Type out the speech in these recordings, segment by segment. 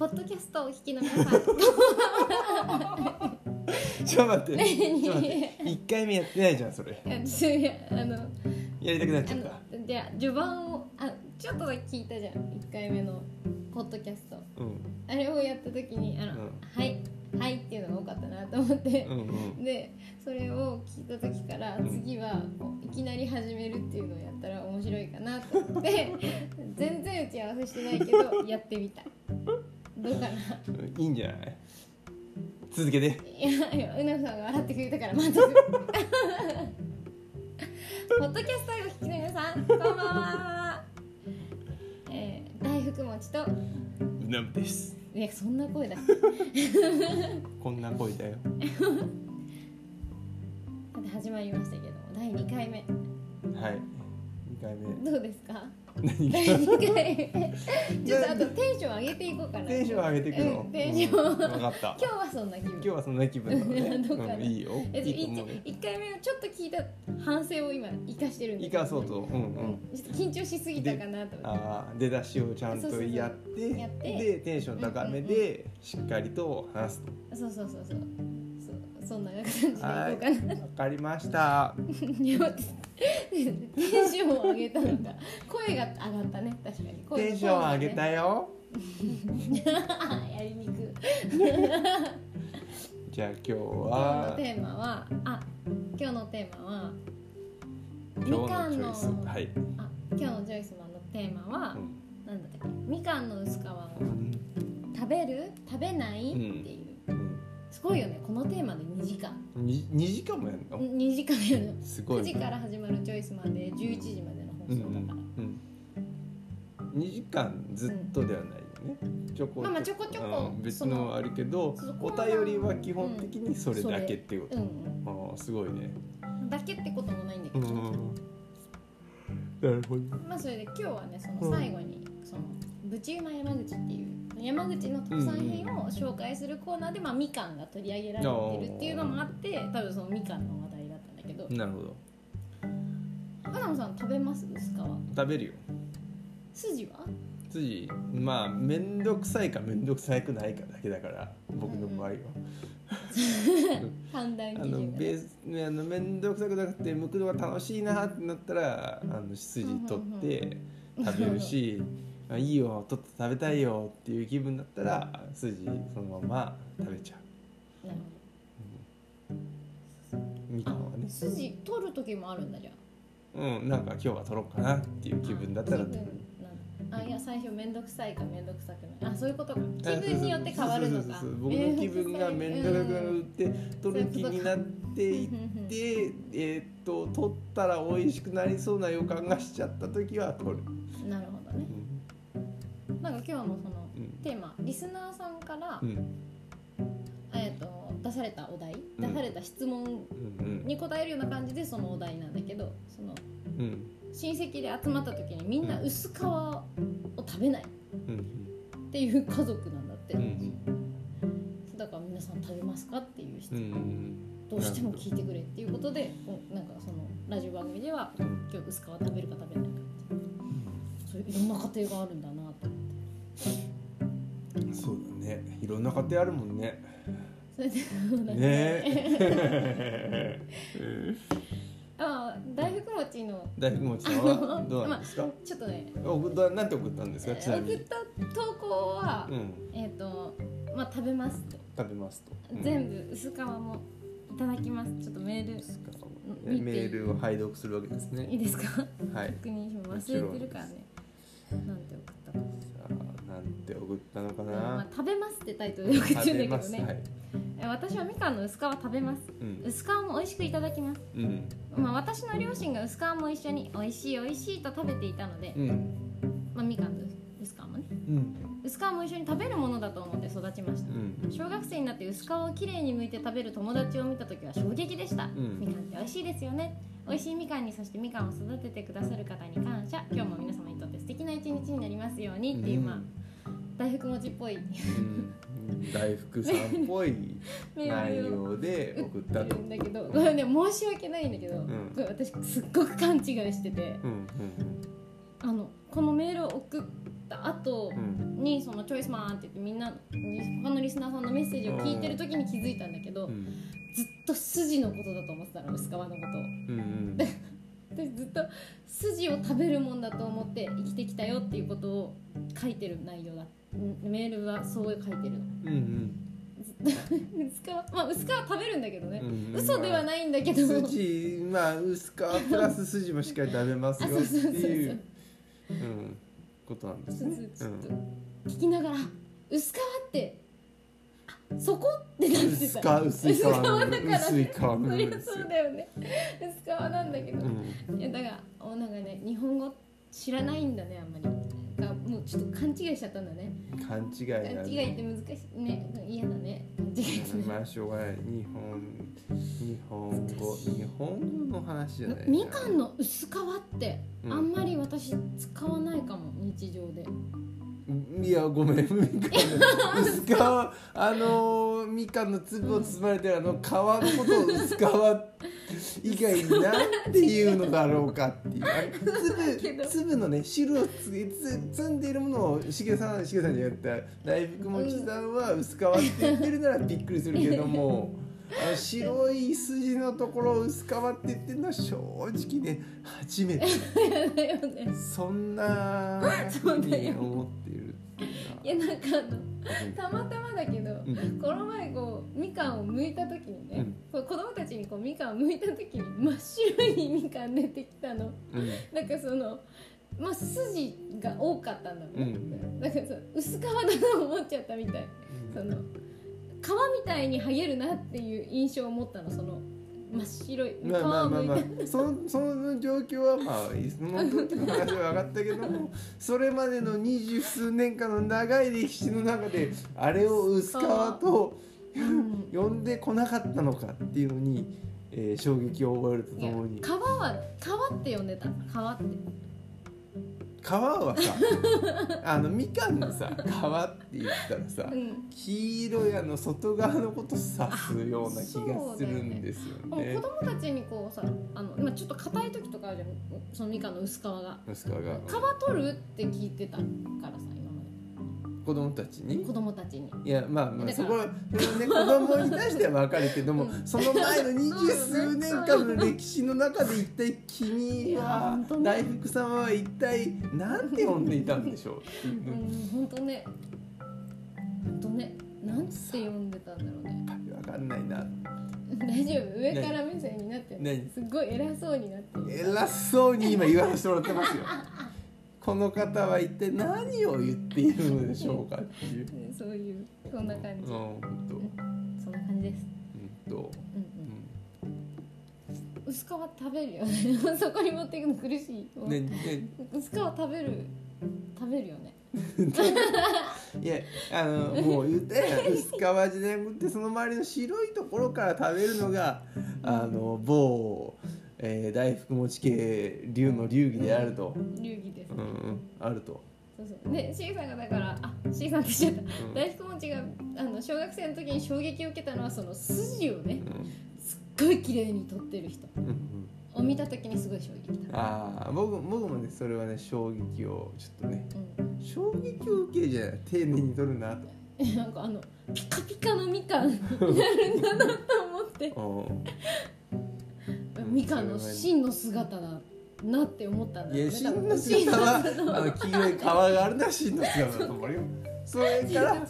ッドキャストをお聞きの皆さんちょっと待って1回目やってないじゃんそれ。やりたくなっちゃった。 じゃあ序盤をちょっとだけ聞いたじゃん1回目のポッドキャスト、あれをやった時にはいはいっていうのが多かったなと思って、でそれを聞いた時から次はいきなり始めるっていうのをやったら面白いかなと思って全然打ち合わせしてないけどやってみた。どうかな。 いいんじゃない。続けて。 いやうなさんが笑ってくれたから満足。ポッドキャストをお聞きの皆さんこんばんは。大福餅とうなむです。 いやそんな声だ。 こんな声だよ。 始まりましたけども第2回目。 はい2回目どうですか。 何第2回目ちょっとあとテンション上げていこうかな。 テンション上げていくの、 テンション分かった。 今日はそんな気分。 今日はそんな気分なのね。 どうかな、 いいよ。いいと思うよ。 1回目のちょっと聞いた反省を今生かしてるんで生かそうと、 ちょっと緊張しすぎたかなと思って。 出だしをちゃんとやってでテンション高めでしっかりと話すと。 そうそんな感じでいこうかな。 わかりました。 いや待ってテンションを上げたのか声が上がったね。確かにテンション上げたよ。 やりにく。 じゃあ今日のはテーマは今日のテーマは今日のチョイス。はい。 今日のジョイスマンのテーマは、なんだったっけ、みかんの薄皮を食べる食べない、っていう、すごいよねこのテーマで2時間 2時間もやるの。 2時間やるの。 すごい、 9時から始まるジョイスマンで11時までの放送だから、 2時間ずっとではないよね、ちょこちょこちょこ、 別のあるけどお便りは基本的にそれだけっていうこと、すごいね。 だけってこともないんだけど、 なるほど。 それで今日はねその最後に、そのぶちうま山口っていう山口の特産品を紹介するコーナーで、みかんが取り上げられてるっていうのもあって多分そのみかんの話題だったんだけど。 なるほど。 花野さん食べます薄皮。 食べるよ。 筋は筋めんどくさいかめんどくさくないかだけだから僕の場合は、 判断基準ベースめんどくさくなくて剥くのが楽しいなってなったら筋取って食べるし、いいよ取って食べたいよっていう気分だったら筋そのまま食べちゃう。 なるほど。 みかんはね筋取る時もあるんだじゃん。なんか今日は取ろうかなっていう気分だったら取る。 いや最初めんどくさいかめんどくさくない。そういうことか。気分によって変わるのか。 僕の気分がめんどくさくなって取る気になっていって取ったら美味しくなりそうな予感がしちゃった時は取る。 なるほどね。なんか今日のそのテーマ、リスナーさんから、出されたお題、出された質問に答えるような感じでそのお題なんだけど、その親戚で集まった時にみんな薄皮を食べないっていう家族なんだって、だから皆さん食べますかっていう質問、どうしても聞いてくれっていうことで、なんかそのラジオ番組では今日薄皮食べるか食べないかって、そういういろんな家庭があるんだなと思って。 そうだね、いろんな家庭あるもんね。 それで大福餅のはどうなんですか。 ちょっとね、 なんて送ったんですか。ちなみに送った投稿は、食べますと、全部薄皮もいただきます。ちょっとメールを拝読するわけですね。 いいですか。 はい、 確認します。忘れてるからね。なんて送ったか。 なんて送ったのかな。 食べますってタイトルで送ってるんだけどね。私はみかんの薄皮食べます、薄皮も美味しくいただきます、私の両親が薄皮も一緒に美味しい美味しいと食べていたので、みかんと薄皮もね、薄皮も一緒に食べるものだと思って育ちました、小学生になって薄皮をきれいに剥いて食べる友達を見た時は衝撃でした、みかんって美味しいですよね。美味しいみかんに、そしてみかんを育ててくださる方に感謝。今日も皆様にとって素敵な一日になりますようにっていう、大福餅っぽい大福さんっぽい内容で送ったと。 んだけど、これね申し訳ないんだけど、これ私すっごく勘違いしてて、このメールを送った後にそのチョイスマンって言ってみんな他のリスナーさんのメッセージを聞いてる時に気づいたんだけど、ずっと筋のことだと思ってたの、薄皮のことを、私ずっと筋を食べるもんだと思って生きてきたよっていうことを書いてる内容だ。メールはそう書いてるの、薄皮、まあ薄皮食べるんだけどね、嘘ではないんだけど、 筋、まあ薄皮プラス筋もしっかり食べますよっていうことなんですね。 ちょっと聞きながら薄皮ってそこってなってた。 薄い皮だから薄い皮の部分ですよ。 そうだよね、薄皮なんだけど、いやだからなんかね、日本語知らないんだね、あんまり。もうちょっと勘違いしちゃったんだね。 勘違いって難しいね、嫌だね、勘違いってね。 まあしょうがない。日本語の話じゃない。 みかんの薄皮ってあんまり私使わないかも、日常で。 いやごめん、みかんの薄皮みかんの粒を包まれてる皮のことを薄皮以外になんていうのだろうかっていう、粒のね汁を積んでいるものをしげさんじゃなくて大福もちさんは薄皮って言ってるならびっくりするけども、白い筋のところを薄皮って言ってるのは正直ね初めてだよね、 そんなふうに思っている。 いやなんかたまたまだけど、この前こうみかんを剥いた時にね、子供たちにこうみかんを剥いた時に真っ白いみかん出てきたの、なんかその筋が多かったんだね、なんか薄皮だと思っちゃったみたい、その皮みたいに剥げるなっていう印象を持ったの、その真っ白い皮を剥いたその状況はまあその時の話は分かったけども、それまでの20数年間の長い歴史の中であれを薄皮と呼んでこなかったのかっていうのに、衝撃を覚えるとともに、 皮って呼んでた、皮って皮はさみかんのさ皮って言ったらさ、黄色やの外側のことを指すような気がするんですよね。 子供たちにこうさ今ちょっと硬い時とかあるじゃん、そのみかんの薄皮が皮取るって聞いてたからさ、今まで子供たちにいやまあそこは、ね、子供に対しては分かるけども、その前の20数年間の歴史の中で一体君は大福様は一体何て呼んでいたんでしょうっていう、 本当ねなんて呼んでたんだろうね、 分かんないな。 大丈夫、上から目線になってる、すごい偉そうになってる、 偉そうに今言わせてもらってますよこの方は一体何を言っているのでしょうかっていうそういうそんな感じ、そんな感じです。薄皮食べるよねそこに持っていくの苦しい、薄皮食べるよねいやもう言ったやん、薄皮じゃなくてその周りの白いところから食べるのが某大福餅系流の流儀であると、 流儀です、 あると。 そうで C さんがだからC さんって言っちゃった、大福餅が小学生の時に衝撃を受けたのはその筋をね、すっごい綺麗に取ってる人を見た時にすごい衝撃きた。 僕もねそれはね衝撃をちょっとね、衝撃を受けるじゃない、丁寧に取るなとなんかピカピカのみかんになるんだなと思ってみかんの真の姿だなって思ったんだよね。 いや真の姿は黄色い皮があるのは真の姿だと思うよ。それから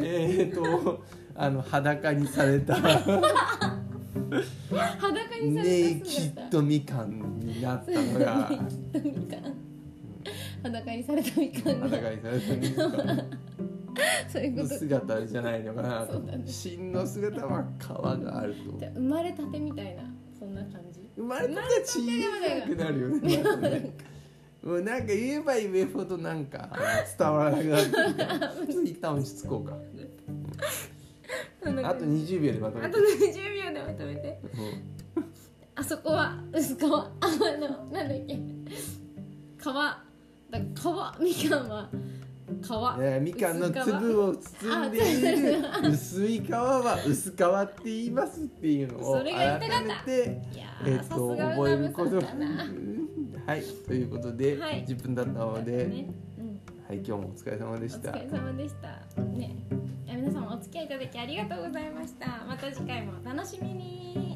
裸にされた裸にされたネイキッドみかんになったのが裸にされたみかんがそういうこと姿じゃないのかなと、真の姿は皮があると。 じゃ生まれたてみたいな、そんな感じ。 生まれたて小さくなるよねもうなんか言えば言うほどなんか伝わらなくなってきて一旦落ち着こうかあと20秒でまとめて。 あと20秒でまとめて。あそこは薄皮、なんだっけ、皮みかんは皮。 みかんの粒を包んでいる薄い皮は薄皮って言いますっていうのを改めて覚えること。はい、ということで、10分だったので、 はい今日もお疲れ様でした。 お疲れ様でしたね。皆さんお付き合いいただきありがとうございました。また次回もお楽しみに。